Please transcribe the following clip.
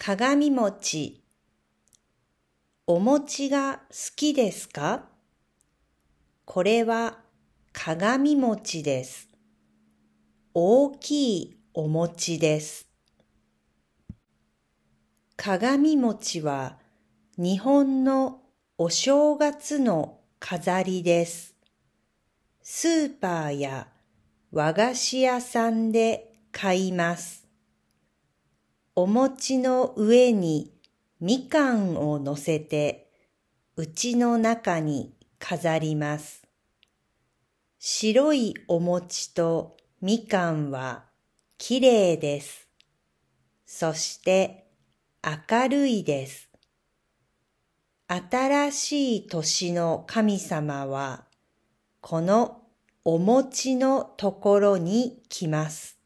鏡餅。お餅が好きですか？これは鏡餅です。大きいお餅です。鏡餅は日本のお正月の飾りです。スーパーや和菓子屋さんで買います。お餅の上にみかんを乗せて、家の中に飾ります。白いお餅とみかんはきれいです。そして明るいです。新しい年の神様は、このお餅のところに来ます。